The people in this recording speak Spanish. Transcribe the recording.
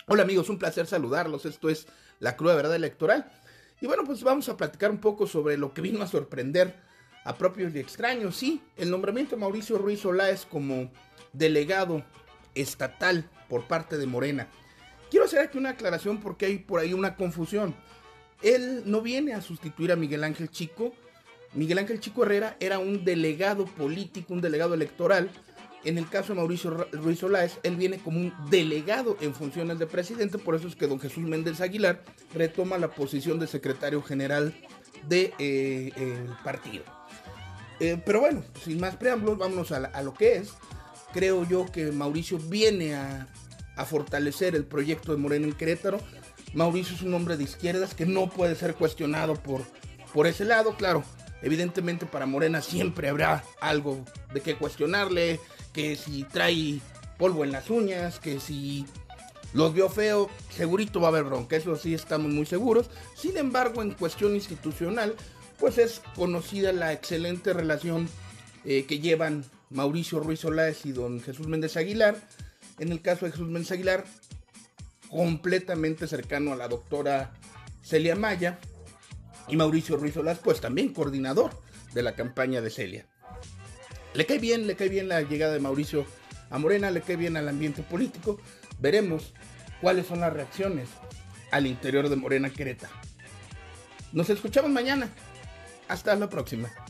Hola amigos, un placer saludarlos. Esto es La Cruda Verdad Electoral. Y bueno, pues vamos a platicar un poco sobre lo que vino a sorprender a propios y extraños. Sí, el nombramiento de Mauricio Ruiz Olaez como delegado estatal por parte de Morena. Quiero hacer aquí una aclaración porque hay por ahí una confusión. Él no viene a sustituir a Miguel Ángel Chico. Miguel Ángel Chico Herrera era un delegado político, un delegado electoral. En el caso de Mauricio Ruiz Olaez, él viene como un delegado en funciones de presidente, por eso es que don Jesús Méndez Aguilar retoma la posición de secretario general del partido. Pero bueno, sin más preámbulos, vámonos a lo que es. Creo yo que Mauricio viene a fortalecer el proyecto de Morena en Querétaro. Mauricio es un hombre de izquierdas que no puede ser cuestionado por ese lado. Claro, evidentemente para Morena siempre habrá algo de qué cuestionarle, que si trae polvo en las uñas, que si los vio feo, segurito va a haber bronca, eso sí estamos muy seguros. Sin embargo, en cuestión institucional, pues es conocida la excelente relación que llevan Mauricio Ruiz Olaez y don Jesús Méndez Aguilar. En el caso de Jesús Méndez Aguilar, completamente cercano a la doctora Celia Maya, y Mauricio Ruiz Olaez, pues también coordinador de la campaña de Celia. Le cae bien la llegada de Mauricio a Morena, le cae bien al ambiente político. Veremos cuáles son las reacciones al interior de Morena Querétaro. Nos escuchamos mañana. Hasta la próxima.